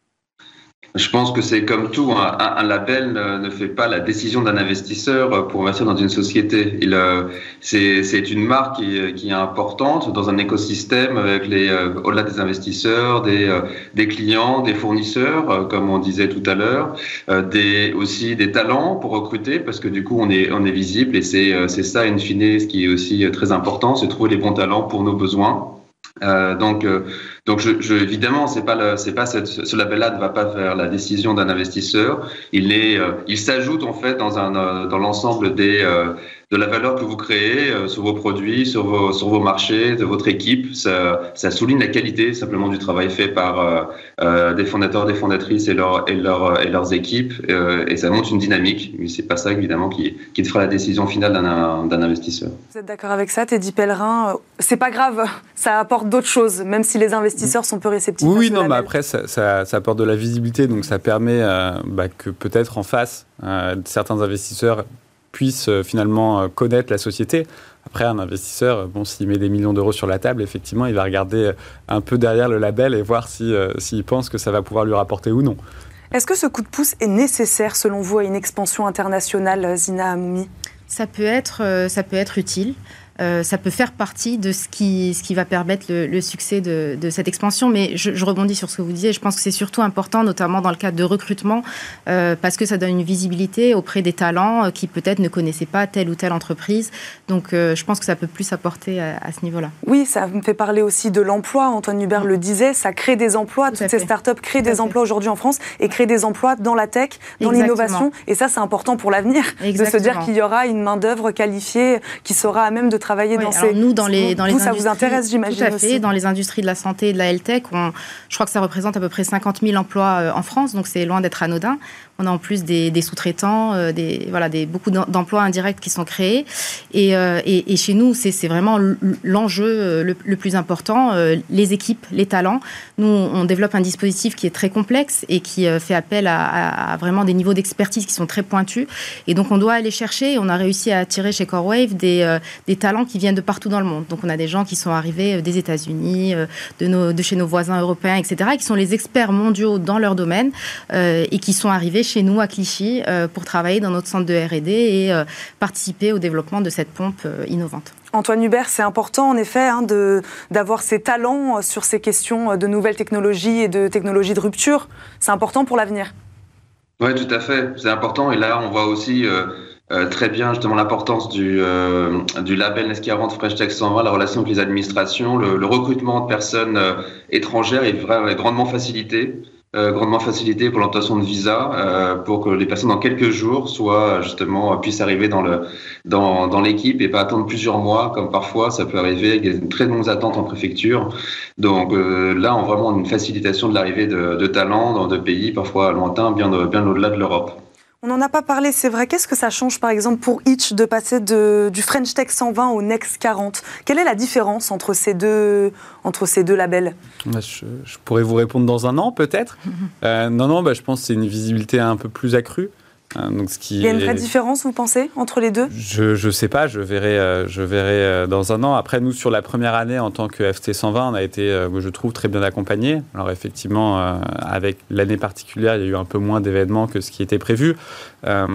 Speaker 5: Je pense que c'est comme tout, un, un label ne fait pas la décision d'un investisseur pour investir dans une société. Il, c'est, c'est une marque qui, qui est importante dans un écosystème avec les, au-delà des investisseurs, des, des clients, des fournisseurs, comme on disait tout à l'heure, des, aussi des talents pour recruter, parce que du coup on est, on est visible et c'est, c'est ça, in fine, ce qui est aussi très important, c'est trouver les bons talents pour nos besoins. Euh, donc, euh, donc je, je, évidemment, c'est pas le, c'est pas cette, ce label-là ne va pas faire la décision d'un investisseur. Il est, euh, il s'ajoute en fait dans un, euh, dans l'ensemble des, euh, de la valeur que vous créez euh, sur vos produits, sur vos, sur vos marchés, de votre équipe. Ça, ça souligne la qualité simplement du travail fait par euh, euh, des fondateurs, des fondatrices et leurs, et leurs, et leurs équipes, euh, et ça montre une dynamique. Mais c'est pas ça évidemment qui, qui fera la décision finale d'un, d'un investisseur.
Speaker 1: Vous êtes d'accord avec ça, Teddy Pellerin? C'est pas grave, ça apporte d'autres choses, même si les investisseurs sont peu réceptifs.
Speaker 4: Oui, non, mais après, ça, ça, ça apporte de la visibilité, donc ça permet euh, bah, que peut-être en face, euh, certains investisseurs puissent euh, finalement euh, connaître la société. Après, un investisseur, bon, s'il met des millions d'euros sur la table, effectivement, il va regarder un peu derrière le label et voir si, euh, s'il pense que ça va pouvoir lui rapporter ou non.
Speaker 1: Est-ce que ce coup de pouce est nécessaire, selon vous, à une expansion internationale, Zina Hammoumi?
Speaker 3: Ça peut être, euh, ça peut être utile. Euh, ça peut faire partie de ce qui, ce qui va permettre le, le succès de, de cette expansion. Mais je, je rebondis sur ce que vous disiez. Je pense que c'est surtout important, notamment dans le cadre de recrutement, euh, parce que ça donne une visibilité auprès des talents qui peut-être ne connaissaient pas telle ou telle entreprise. Donc, euh, je pense que ça peut plus apporter à, à ce niveau-là.
Speaker 1: Oui, ça me fait parler aussi de l'emploi. Antoine Hubert le disait, ça crée des emplois. Tout Toutes ces startups créent des emplois aujourd'hui en France et créent des emplois dans la tech, dans Exactement. l'innovation. Et ça, c'est important pour l'avenir, Exactement. de se dire qu'il y aura une main-d'œuvre qualifiée qui sera à même de travailler oui, dans ces...
Speaker 3: Nous, dans les, dans
Speaker 1: vous,
Speaker 3: les
Speaker 1: ça vous intéresse, j'imagine.
Speaker 3: Tout à fait.
Speaker 1: Aussi.
Speaker 3: Dans les industries de la santé et de la health tech, on, je crois que ça représente à peu près cinquante mille emplois en France, donc c'est loin d'être anodin. On a en plus des, des sous-traitants, euh, des, voilà, des, beaucoup d'emplois indirects qui sont créés. Et, euh, et, et chez nous, c'est, c'est vraiment l'enjeu le, le plus important, euh, les équipes, les talents. Nous, on développe un dispositif qui est très complexe et qui euh, fait appel à, à, à vraiment des niveaux d'expertise qui sont très pointus. Et donc, on doit aller chercher, on a réussi à attirer chez CoreWave des, euh, des talents qui viennent de partout dans le monde. Donc, on a des gens qui sont arrivés des États-Unis, euh, de, nos, de chez nos voisins européens, et cetera, et qui sont les experts mondiaux dans leur domaine euh, et qui sont arrivés chez nous à Clichy euh, pour travailler dans notre centre de R et D et euh, participer au développement de cette pompe euh, innovante.
Speaker 1: Antoine Hubert, c'est important en effet hein, de, d'avoir ces talents sur ces questions de nouvelles technologies et de technologies de rupture. C'est important pour l'avenir.
Speaker 5: Oui, tout à fait. C'est important. Et là, on voit aussi euh, euh, très bien justement l'importance du, euh, du label N E S quarante French Tech cent vingt, la relation avec les administrations, le, le recrutement de personnes euh, étrangères est vraiment est grandement facilité. Euh, grandement facilité pour l'obtention de visa, euh, pour que les personnes en quelques jours soient justement puissent arriver dans le dans dans l'équipe et pas attendre plusieurs mois comme parfois ça peut arriver avec des très longues attentes en préfecture. Donc euh, là, on vraiment une facilitation de l'arrivée de, de talents dans des pays parfois lointains, bien de, bien au-delà de l'Europe.
Speaker 1: On n'en a pas parlé, c'est vrai. Qu'est-ce que ça change, par exemple, pour Hitch de passer de, du French Tech cent vingt au N E S quarante? Quelle est la différence entre ces deux, entre ces deux labels?
Speaker 4: bah, je, je pourrais vous répondre dans un an, peut-être. euh, non, non, bah, je pense que c'est une visibilité un peu plus accrue.
Speaker 1: Donc, ce qui Il y a une vraie est... différence, vous pensez, entre les deux? Je
Speaker 4: ne sais pas, je verrai, euh, je verrai euh, dans un an. Après, nous, sur la première année, en tant que F T cent vingt, on a été, euh, je trouve, très bien accompagnés. Alors, effectivement, euh, avec l'année particulière, il y a eu un peu moins d'événements que ce qui était prévu. Euh,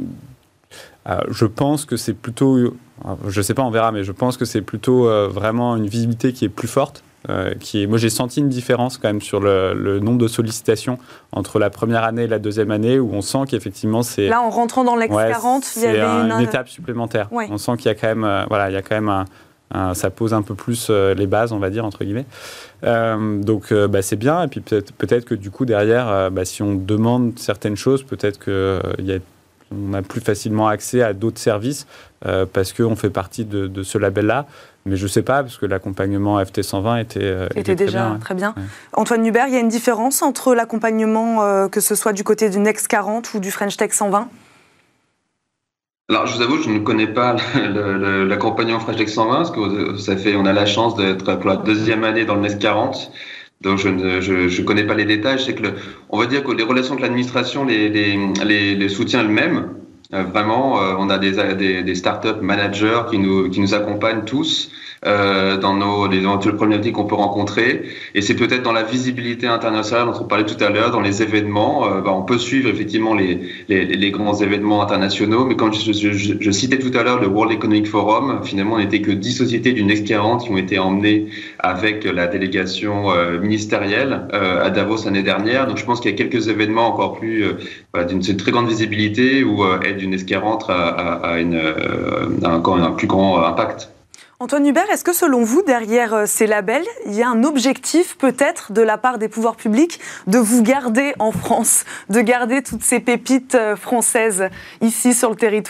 Speaker 4: euh, je pense que c'est plutôt... Je ne sais pas, on verra, mais je pense que c'est plutôt euh, vraiment une visibilité qui est plus forte. Euh, qui est, moi, j'ai senti une différence quand même sur le, le nombre de sollicitations entre la première année et la deuxième année, où on sent qu'effectivement c'est...
Speaker 1: Là, en rentrant dans l'N E S quarante,
Speaker 4: ouais,
Speaker 1: il y avait
Speaker 4: un,
Speaker 1: une...
Speaker 4: une étape supplémentaire.
Speaker 1: Ouais.
Speaker 4: On sent qu'il y a quand même, euh, voilà, il y a quand même un, un, ça pose un peu plus euh, les bases, on va dire, entre guillemets. Euh, donc, euh, bah, c'est bien. Et puis peut-être, peut-être que du coup, derrière, euh, bah, si on demande certaines choses, peut-être qu'on euh, a plus facilement accès à d'autres services euh, parce qu'on fait partie de, de ce label-là. Mais je ne sais pas, parce que l'accompagnement F T cent vingt était, euh,
Speaker 1: était,
Speaker 4: était
Speaker 1: déjà
Speaker 4: très bien.
Speaker 1: Très bien. Ouais. Antoine Hubert, il y a une différence entre l'accompagnement, euh, que ce soit du côté du N E S quarante ou du French Tech cent vingt?
Speaker 5: Alors, je vous avoue, je ne connais pas le, le, l'accompagnement French Tech cent vingt, parce que ça fait, on a la chance d'être pour la deuxième année dans le N E S quarante. Donc, je ne je, je connais pas les détails. Je sais que le, on va dire que les relations avec l'administration les, les, les, les soutient le même. Euh, vraiment, euh, on a des, des, des startup managers qui nous, qui nous accompagnent tous euh, dans nos les éventuelles problématiques qu'on peut rencontrer. Et c'est peut-être dans la visibilité internationale dont on parlait tout à l'heure, dans les événements. Euh, bah, on peut suivre effectivement les, les, les grands événements internationaux, mais comme je, je, je, je citais tout à l'heure le World Economic Forum, finalement, on n'était que dix sociétés du Next quarante qui ont été emmenées avec la délégation euh, ministérielle euh, à Davos l'année dernière. Donc, je pense qu'il y a quelques événements encore plus euh, voilà, d'une très grande visibilité où euh, aide du Next quarante à, à, à, une, euh, à encore un plus grand impact.
Speaker 1: Antoine Hubert, est-ce que selon vous, derrière ces labels, il y a un objectif peut-être de la part des pouvoirs publics de vous garder en France, de garder toutes ces pépites françaises ici sur le territoire ?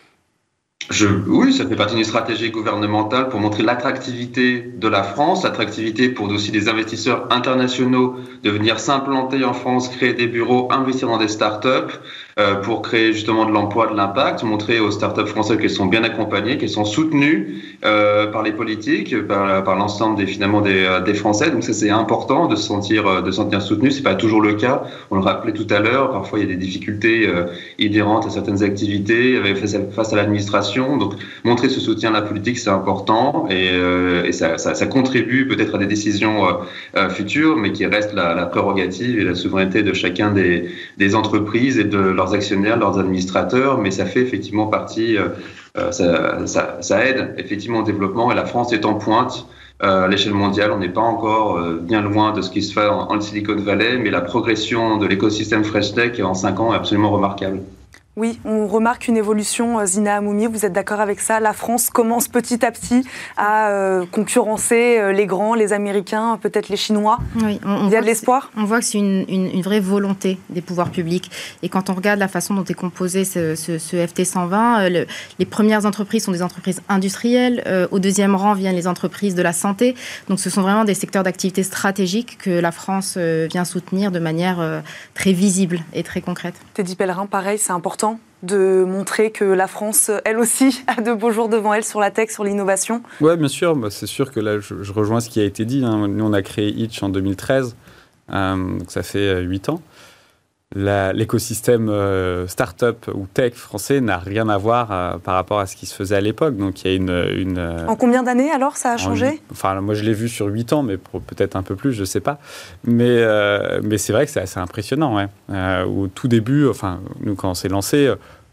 Speaker 5: Je, oui, ça fait partie d'une stratégie gouvernementale pour montrer l'attractivité de la France, l'attractivité pour aussi des investisseurs internationaux de venir s'implanter en France, créer des bureaux, investir dans des startups euh, pour créer justement de l'emploi, de l'impact, montrer aux startups françaises qu'elles sont bien accompagnées, qu'elles sont soutenues euh, par les politiques, par, par l'ensemble des finalement des, des Français. Donc ça c'est important de se sentir de se sentir soutenu. C'est pas toujours le cas. On le rappelait tout à l'heure. Parfois il y a des difficultés euh, inhérentes à certaines activités face à, face à l'administration. Donc, montrer ce soutien à la politique, c'est important et, euh, et ça, ça, ça contribue peut-être à des décisions euh, euh, futures, mais qui reste la, la prérogative et la souveraineté de chacun des, des entreprises et de leurs actionnaires, leurs administrateurs. Mais ça fait effectivement partie, euh, ça, ça, ça aide effectivement au développement et la France est en pointe. Euh, à l'échelle mondiale, on n'est pas encore euh, bien loin de ce qui se fait en, en Silicon Valley, mais la progression de l'écosystème Fresh Tech en cinq ans est absolument remarquable.
Speaker 1: Oui, on remarque une évolution, Zina Hamoumi, vous êtes d'accord avec ça ? La France commence petit à petit à euh, concurrencer euh, les grands, les Américains, peut-être les Chinois.
Speaker 3: Oui, on, on
Speaker 1: Il y a de l'espoir ?
Speaker 3: On voit que c'est une, une, une vraie volonté des pouvoirs publics. Et quand on regarde la façon dont est composé ce, ce, ce F T cent vingt, euh, le, les premières entreprises sont des entreprises industrielles. Euh, au deuxième rang viennent les entreprises de la santé. Donc ce sont vraiment des secteurs d'activité stratégiques que la France euh, vient soutenir de manière euh, très visible et très concrète.
Speaker 1: Teddy Pellerin, pareil, c'est important de montrer que la France, elle aussi, a de beaux jours devant elle sur la tech, sur l'innovation.
Speaker 4: Oui, bien sûr. Bah, c'est sûr que là, je, je rejoins ce qui a été dit. Hein. Nous, on a créé Itch en deux mille treize, euh, donc ça fait huit ans. La, l'écosystème euh, start-up ou tech français n'a rien à voir euh, par rapport à ce qui se faisait à l'époque. Donc, il y a une... une euh,
Speaker 1: en combien d'années, alors, ça a changé ?
Speaker 4: huit, Enfin, moi, je l'ai vu sur huit ans, mais peut-être un peu plus, je ne sais pas. Mais, euh, mais c'est vrai que c'est assez impressionnant. Ouais. Euh, au tout début, enfin, nous, quand on s'est lancé,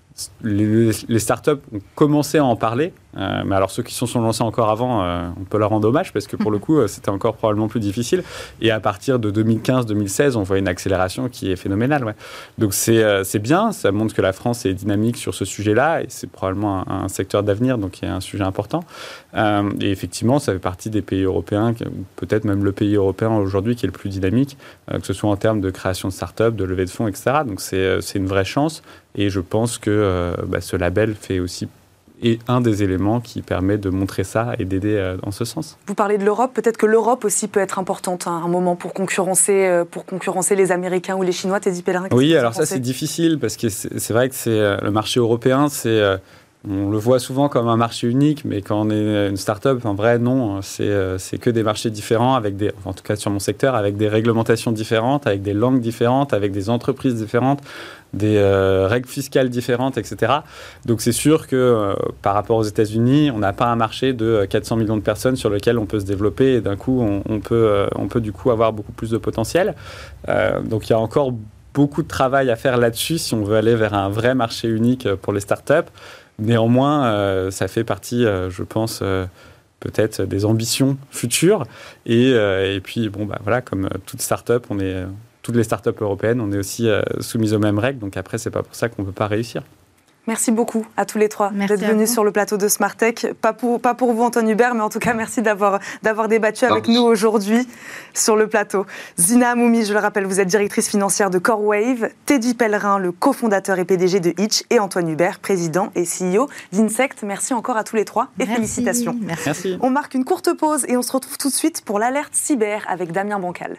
Speaker 4: les, les startups ont commencé à en parler. Euh, mais alors ceux qui se sont lancés encore avant, euh, on peut leur rendre hommage parce que pour le coup, euh, c'était encore probablement plus difficile. Et à partir de deux mille quinze deux mille seize, on voit une accélération qui est phénoménale. Ouais. Donc c'est, euh, c'est bien, ça montre que la France est dynamique sur ce sujet-là et c'est probablement un, un secteur d'avenir, donc il y a un sujet important. Euh, et effectivement, ça fait partie des pays européens, ou peut-être même le pays européen aujourd'hui qui est le plus dynamique, euh, que ce soit en termes de création de start-up, de levée de fonds, et cetera. Donc c'est, c'est une vraie chance et je pense que euh, bah, ce label fait aussi et un des éléments qui permet de montrer ça et d'aider euh, dans ce sens.
Speaker 1: Vous parlez de l'Europe, peut-être que l'Europe aussi peut être importante à un moment pour concurrencer, euh, pour concurrencer les Américains ou les Chinois. Teddy Pellerin,
Speaker 4: oui, alors ça c'est difficile parce que c'est, c'est vrai que c'est, euh, le marché européen, c'est, euh, on le voit souvent comme un marché unique, mais quand on est une start-up, en vrai non, c'est, euh, c'est que des marchés différents, avec des, en tout cas sur mon secteur, avec des réglementations différentes, avec des langues différentes, avec des entreprises différentes, des euh, règles fiscales différentes, et cetera. Donc c'est sûr que euh, par rapport aux États-Unis, on n'a pas un marché de quatre cents millions de personnes sur lequel on peut se développer et d'un coup on, on, peut, euh, on peut du coup avoir beaucoup plus de potentiel. Euh, donc il y a encore beaucoup de travail à faire là-dessus si on veut aller vers un vrai marché unique pour les startups. Néanmoins, euh, ça fait partie, euh, je pense, euh, peut-être des ambitions futures. Et, euh, et puis, bon, bah, voilà, comme toute start-up, on est... toutes les startups européennes, on est aussi euh, soumises aux mêmes règles. Donc après, c'est pas pour ça qu'on ne peut pas réussir.
Speaker 1: Merci beaucoup à tous les trois
Speaker 3: merci
Speaker 1: d'être venus sur le plateau de Smart Tech. Pas pour, pas pour vous, Antoine Hubert, mais en tout cas, merci d'avoir, d'avoir débattu avec nous aujourd'hui sur le plateau. Zina Hamoumi, je le rappelle, vous êtes directrice financière de CoreWave, Teddy Pellerin, le cofondateur et P D G de Itch, et Antoine Hubert, président et C E O d'Insect. Merci encore à tous les trois et
Speaker 3: merci.
Speaker 1: félicitations.
Speaker 3: Merci.
Speaker 4: Merci.
Speaker 1: On marque une courte pause et on se retrouve tout de suite pour l'alerte cyber avec Damien Bancal.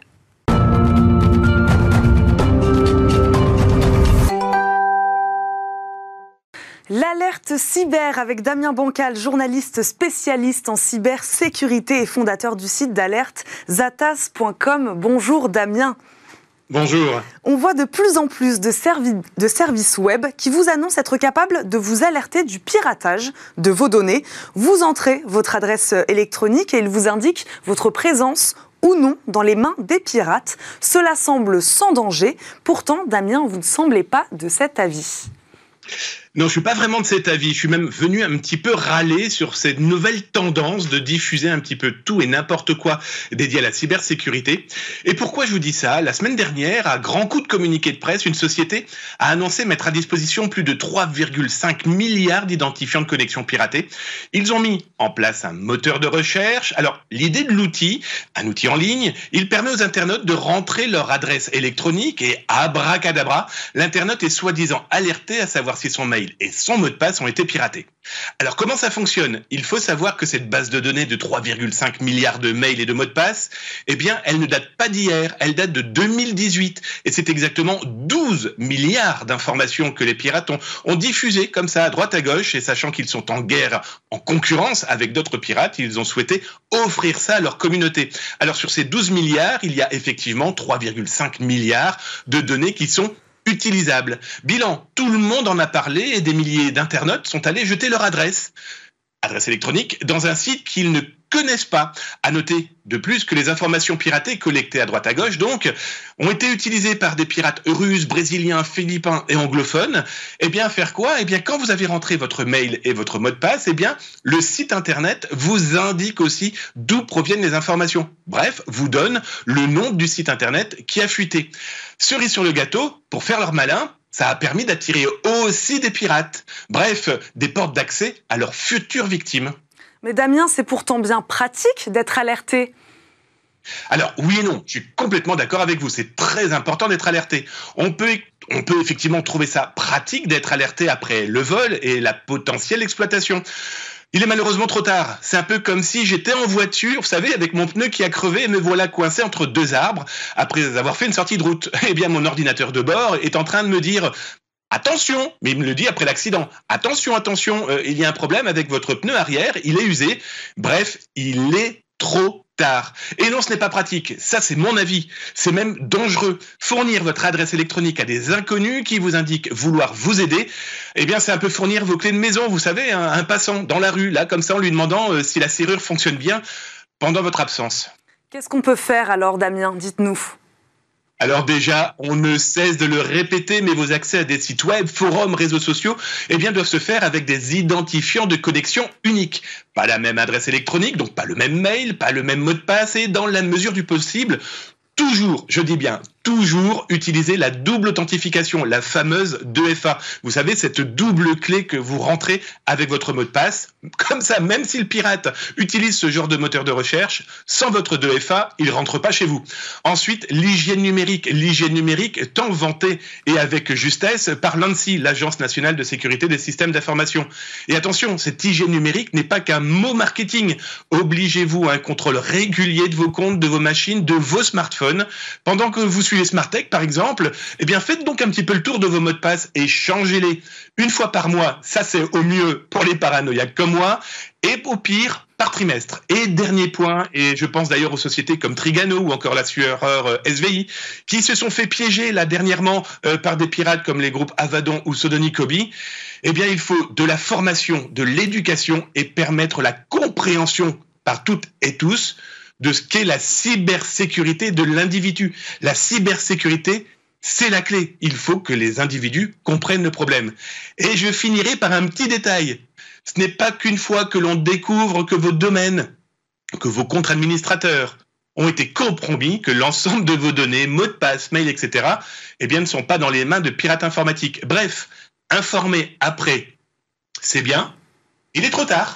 Speaker 1: L'alerte cyber avec Damien Bancal, journaliste spécialiste en cybersécurité et fondateur du site d'alerte zatas point com. Bonjour Damien.
Speaker 6: Bonjour.
Speaker 1: On voit de plus en plus de, servi- de services web qui vous annoncent être capables de vous alerter du piratage de vos données. Vous entrez votre adresse électronique et il vous indique votre présence ou non dans les mains des pirates. Cela semble sans danger. Pourtant, Damien, vous ne semblez pas de cet avis.
Speaker 6: Non, je suis pas vraiment de cet avis. Je suis même venu un petit peu râler sur cette nouvelle tendance de diffuser un petit peu tout et n'importe quoi dédié à la cybersécurité. Et pourquoi je vous dis ça ? La semaine dernière, à grands coups de communiqué de presse, une société a annoncé mettre à disposition plus de trois virgule cinq milliards d'identifiants de connexion piratée. Ils ont mis en place un moteur de recherche. Alors, l'idée de l'outil, un outil en ligne, il permet aux internautes de rentrer leur adresse électronique et abracadabra, l'internaute est soi-disant alerté à savoir si son mail et son mot de passe ont été piratés. Alors comment ça fonctionne ? Il faut savoir que cette base de données de trois virgule cinq milliards de mails et de mots de passe, eh bien, elle ne date pas d'hier, elle date de deux mille dix-huit. Et c'est exactement douze milliards d'informations que les pirates ont, ont diffusées comme ça à droite à gauche. Et sachant qu'ils sont en guerre, en concurrence avec d'autres pirates, ils ont souhaité offrir ça à leur communauté. Alors sur ces douze milliards, il y a effectivement trois virgule cinq milliards de données qui sont utilisable. Bilan, tout le monde en a parlé et des milliers d'internautes sont allés jeter leur adresse, adresse électronique, dans un site qu'ils ne connaissent pas. À noter de plus que les informations piratées collectées à droite à gauche, donc, ont été utilisées par des pirates russes, brésiliens, philippins et anglophones. Eh bien, faire quoi ? Eh bien, quand vous avez rentré votre mail et votre mot de passe, eh bien, le site internet vous indique aussi d'où proviennent les informations. Bref, vous donne le nom du site internet qui a fuité. Cerise sur le gâteau, pour faire leur malin, ça a permis d'attirer aussi des pirates. Bref, des portes d'accès à leurs futures victimes.
Speaker 1: Mais Damien, c'est pourtant bien pratique d'être alerté.
Speaker 6: Alors, oui et non, je suis complètement d'accord avec vous, c'est très important d'être alerté. On peut, on peut effectivement trouver ça pratique d'être alerté après le vol et la potentielle exploitation. Il est malheureusement trop tard. C'est un peu comme si j'étais en voiture, vous savez, avec mon pneu qui a crevé et me voilà coincé entre deux arbres après avoir fait une sortie de route. Eh bien, mon ordinateur de bord est en train de me dire « Attention !» Mais il me le dit après l'accident. « Attention, attention, euh, il y a un problème avec votre pneu arrière, il est usé. » Bref, il est trop tard. Et non, ce n'est pas pratique. Ça, c'est mon avis. C'est même dangereux. Fournir votre adresse électronique à des inconnus qui vous indiquent vouloir vous aider, eh bien, c'est un peu fournir vos clés de maison, vous savez, un, un passant dans la rue, là, comme ça, en lui demandant euh, si la serrure fonctionne bien pendant votre absence.
Speaker 1: Qu'est-ce qu'on peut faire alors, Damien ? Dites-nous.
Speaker 6: Alors déjà, on ne cesse de le répéter, mais vos accès à des sites web, forums, réseaux sociaux, eh bien, doivent se faire avec des identifiants de connexion uniques. Pas la même adresse électronique, donc pas le même mail, pas le même mot de passe, et dans la mesure du possible, toujours, je dis bien, toujours utiliser la double authentification, la fameuse deux F A. Vous savez, cette double clé que vous rentrez avec votre mot de passe. Comme ça, même si le pirate utilise ce genre de moteur de recherche, sans votre deux F A, il rentre pas chez vous. Ensuite, l'hygiène numérique. L'hygiène numérique, tant vantée et avec justesse par l'ANSSI, l'Agence nationale de sécurité des systèmes d'information. Et attention, cette hygiène numérique n'est pas qu'un mot marketing. Obligez-vous à un contrôle régulier de vos comptes, de vos machines, de vos smartphones. Pendant que vous suivez Smartech, par exemple, eh bien, faites donc un petit peu le tour de vos mots de passe et changez-les une fois par mois. Ça, c'est au mieux pour les paranoïaques comme moi, et au pire, par trimestre. Et dernier point, et je pense d'ailleurs aux sociétés comme Trigano ou encore l'assureur euh, S V I, qui se sont fait piéger là dernièrement euh, par des pirates comme les groupes Avadon ou Sodony-Coby, eh bien, il faut de la formation, de l'éducation et permettre la compréhension par toutes et tous de ce qu'est la cybersécurité de l'individu. La cybersécurité, c'est la clé. Il faut que les individus comprennent le problème. Et je finirai par un petit détail. Ce n'est pas qu'une fois que l'on découvre que vos domaines, que vos comptes administrateurs ont été compromis, que l'ensemble de vos données, mots de passe, mail, et cetera, eh bien, ne sont pas dans les mains de pirates informatiques. Bref, informer après, c'est bien. Il est trop tard.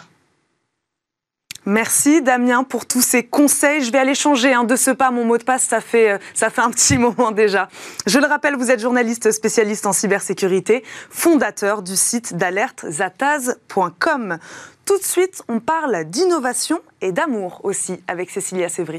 Speaker 1: Merci Damien pour tous ces conseils. Je vais aller changer hein, de ce pas mon mot de passe, ça fait, ça fait un petit moment déjà. Je le rappelle, vous êtes journaliste spécialiste en cybersécurité, fondateur du site d'alerte zataz point com. Tout de suite, on parle d'innovation et d'amour aussi avec Cécilia Sévry.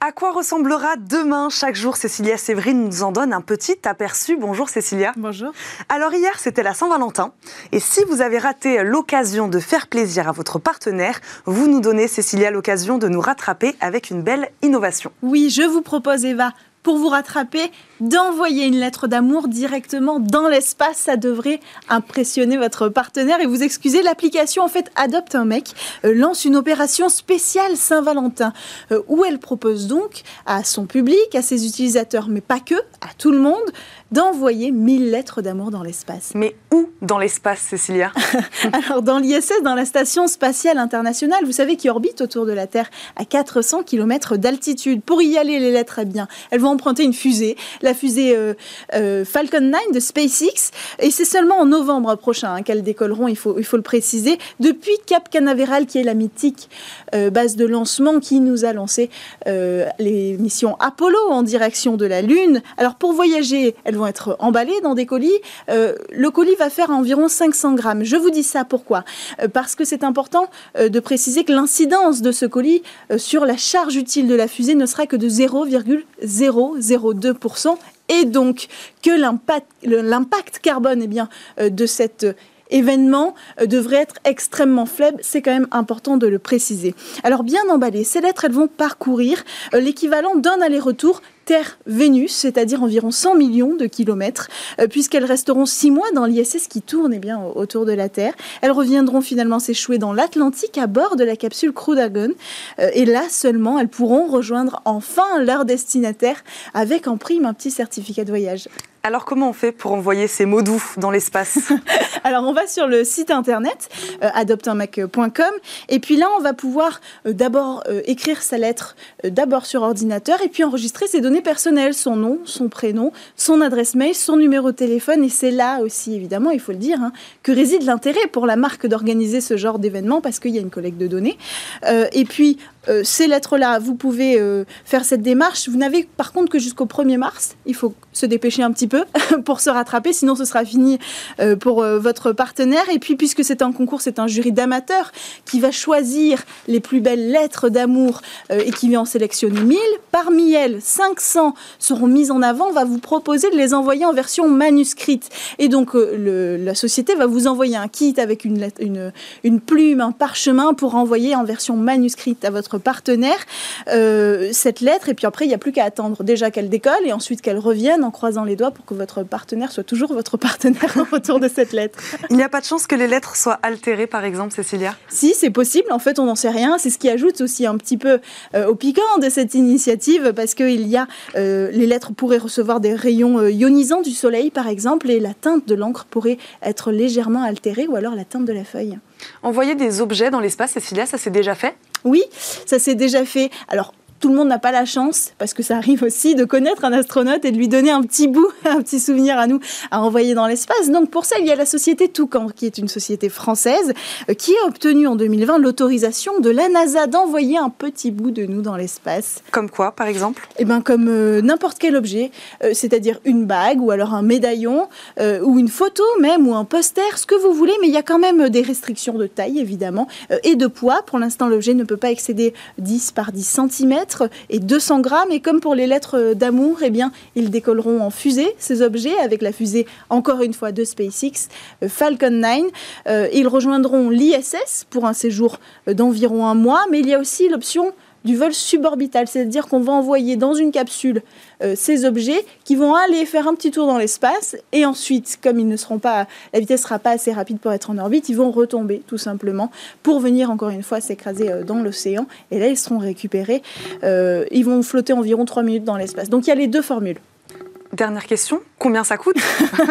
Speaker 1: À quoi ressemblera demain? Chaque jour, Cécilia Séverine nous en donne un petit aperçu. Bonjour Cécilia.
Speaker 7: Bonjour.
Speaker 1: Alors hier, c'était la Saint-Valentin. Et si vous avez raté l'occasion de faire plaisir à votre partenaire, vous nous donnez, Cécilia, l'occasion de nous rattraper avec une belle innovation.
Speaker 7: Oui, je vous propose, Eva, pour vous rattraper, d'envoyer une lettre d'amour directement dans l'espace. Ça devrait impressionner votre partenaire. Et vous excusez, l'application en fait Adopte un mec euh, lance une opération spéciale Saint-Valentin euh, où elle propose donc à son public, à ses utilisateurs, mais pas que, à tout le monde, d'envoyer mille lettres d'amour dans l'espace.
Speaker 1: Mais où dans l'espace, Cécilia?
Speaker 7: Alors dans l'I S S, dans la Station Spatiale Internationale, vous savez, qui orbite autour de la Terre à quatre cents kilomètres d'altitude. Pour y aller, les lettres, eh bien, elles vont emprunter une fusée, la fusée euh, euh, Falcon neuf de SpaceX, et c'est seulement en novembre prochain hein, qu'elles décolleront, il faut, il faut le préciser, depuis Cap Canaveral, qui est la mythique euh, base de lancement qui nous a lancé euh, les missions Apollo en direction de la Lune. Alors pour voyager, elles vont être emballées dans des colis. Euh, le colis va faire environ cinq cents grammes. Je vous dis ça pourquoi ? euh, Parce que c'est important euh, de préciser que l'incidence de ce colis euh, sur la charge utile de la fusée ne sera que de zéro virgule zéro zéro deux pour cent et donc que l'impact, l'impact carbone eh bien, euh, de cet euh, événement euh, devrait être extrêmement faible. C'est quand même important de le préciser. Alors bien emballées, ces lettres elles vont parcourir euh, l'équivalent d'un aller-retour Terre-Vénus, c'est-à-dire environ cent millions de kilomètres, euh, puisqu'elles resteront six mois dans l'I S S qui tourne eh bien, autour de la Terre. Elles reviendront finalement s'échouer dans l'Atlantique à bord de la capsule Crew Dragon. Euh, et là seulement, elles pourront rejoindre enfin leur destinataire avec en prime un petit certificat de voyage.
Speaker 1: Alors comment on fait pour envoyer ces mots doux dans l'espace?
Speaker 7: Alors on va sur le site internet euh, adopte un mec point com et puis là on va pouvoir euh, d'abord euh, écrire sa lettre euh, d'abord sur ordinateur et puis enregistrer ses données personnelles, son nom, son prénom, son adresse mail, son numéro de téléphone et c'est là aussi évidemment, il faut le dire, hein, que réside l'intérêt pour la marque d'organiser ce genre d'événement parce qu'il y a une collecte de données. Euh, et puis Euh, ces lettres-là, vous pouvez euh, faire cette démarche. Vous n'avez par contre que jusqu'au premier mars. Il faut se dépêcher un petit peu pour se rattraper, sinon ce sera fini euh, pour euh, votre partenaire. Et puis, puisque c'est un concours, c'est un jury d'amateurs qui va choisir les plus belles lettres d'amour euh, et qui va en sélectionner mille. Parmi elles, cinq cents seront mises en avant. On va vous proposer de les envoyer en version manuscrite. Et donc, euh, le, la société va vous envoyer un kit avec une, lettre, une, une plume, un parchemin pour envoyer en version manuscrite à votre partenaire euh, cette lettre et puis après il n'y a plus qu'à attendre déjà qu'elle décolle et ensuite qu'elle revienne en croisant les doigts pour que votre partenaire soit toujours votre partenaire en retour de cette lettre.
Speaker 1: Il n'y a pas de chance que les lettres soient altérées par exemple, Cécilia?
Speaker 7: Si, c'est possible, en fait on n'en sait rien, c'est ce qui ajoute aussi un petit peu euh, au piquant de cette initiative parce que il y a, euh, les lettres pourraient recevoir des rayons euh, ionisants du soleil par exemple et la teinte de l'encre pourrait être légèrement altérée ou alors la teinte de la feuille.
Speaker 1: Envoyer des objets dans l'espace, Cécilia, ça s'est déjà fait?
Speaker 7: Oui, ça s'est déjà fait. Alors, tout le monde n'a pas la chance, parce que ça arrive aussi, de connaître un astronaute et de lui donner un petit bout, un petit souvenir à nous, à envoyer dans l'espace. Donc pour ça, il y a la société Toucan, qui est une société française, euh, qui a obtenu en deux mille vingt l'autorisation de la NASA d'envoyer un petit bout de nous dans l'espace.
Speaker 1: Comme quoi, par exemple?
Speaker 7: Eh bien, comme euh, n'importe quel objet, euh, c'est-à-dire une bague, ou alors un médaillon, euh, ou une photo même, ou un poster, ce que vous voulez, mais il y a quand même des restrictions de taille, évidemment, euh, et de poids. Pour l'instant, l'objet ne peut pas excéder dix par dix centimètres, et deux cents grammes. Et comme pour les lettres d'amour, eh bien, ils décolleront en fusée, ces objets, avec la fusée, encore une fois, de SpaceX, euh, Falcon neuf. Euh, ils rejoindront l'I S S pour un séjour d'environ un mois, mais il y a aussi l'option du vol suborbital, c'est-à-dire qu'on va envoyer dans une capsule euh, ces objets qui vont aller faire un petit tour dans l'espace et ensuite, comme ils ne seront pas, la vitesse ne sera pas assez rapide pour être en orbite, ils vont retomber tout simplement pour venir encore une fois s'écraser euh, dans l'océan et là ils seront récupérés, euh, ils vont flotter environ trois minutes dans l'espace. Donc il y a les deux formules.
Speaker 1: Dernière question, combien ça coûte?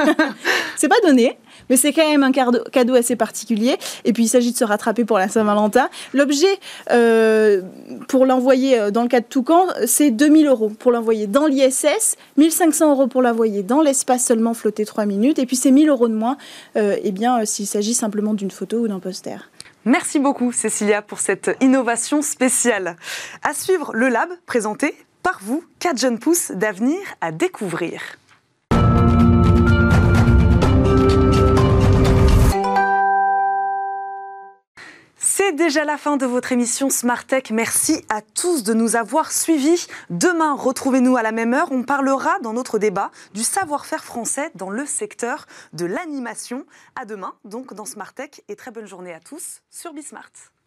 Speaker 7: C'est pas donné, mais c'est quand même un cadeau assez particulier. Et puis il s'agit de se rattraper pour la Saint-Valentin. L'objet, euh, pour l'envoyer dans le cas de Toucan, c'est deux mille euros pour l'envoyer dans l'I S S, mille cinq cents euros pour l'envoyer dans l'espace seulement flotter trois minutes, et puis c'est mille euros de moins euh, eh bien, s'il s'agit simplement d'une photo ou d'un poster.
Speaker 1: Merci beaucoup Cécilia pour cette innovation spéciale. À suivre le Lab présenté par vous, quatre jeunes pousses d'avenir à découvrir. C'est C'est déjà la fin de votre émission Smart Tech. Merci à tous de nous avoir suivis. Demain, retrouvez-nous à la même heure. On parlera dans notre débat du savoir-faire français dans le secteur de l'animation. À demain, donc dans Smart Tech, et très bonne journée à tous sur Bismart.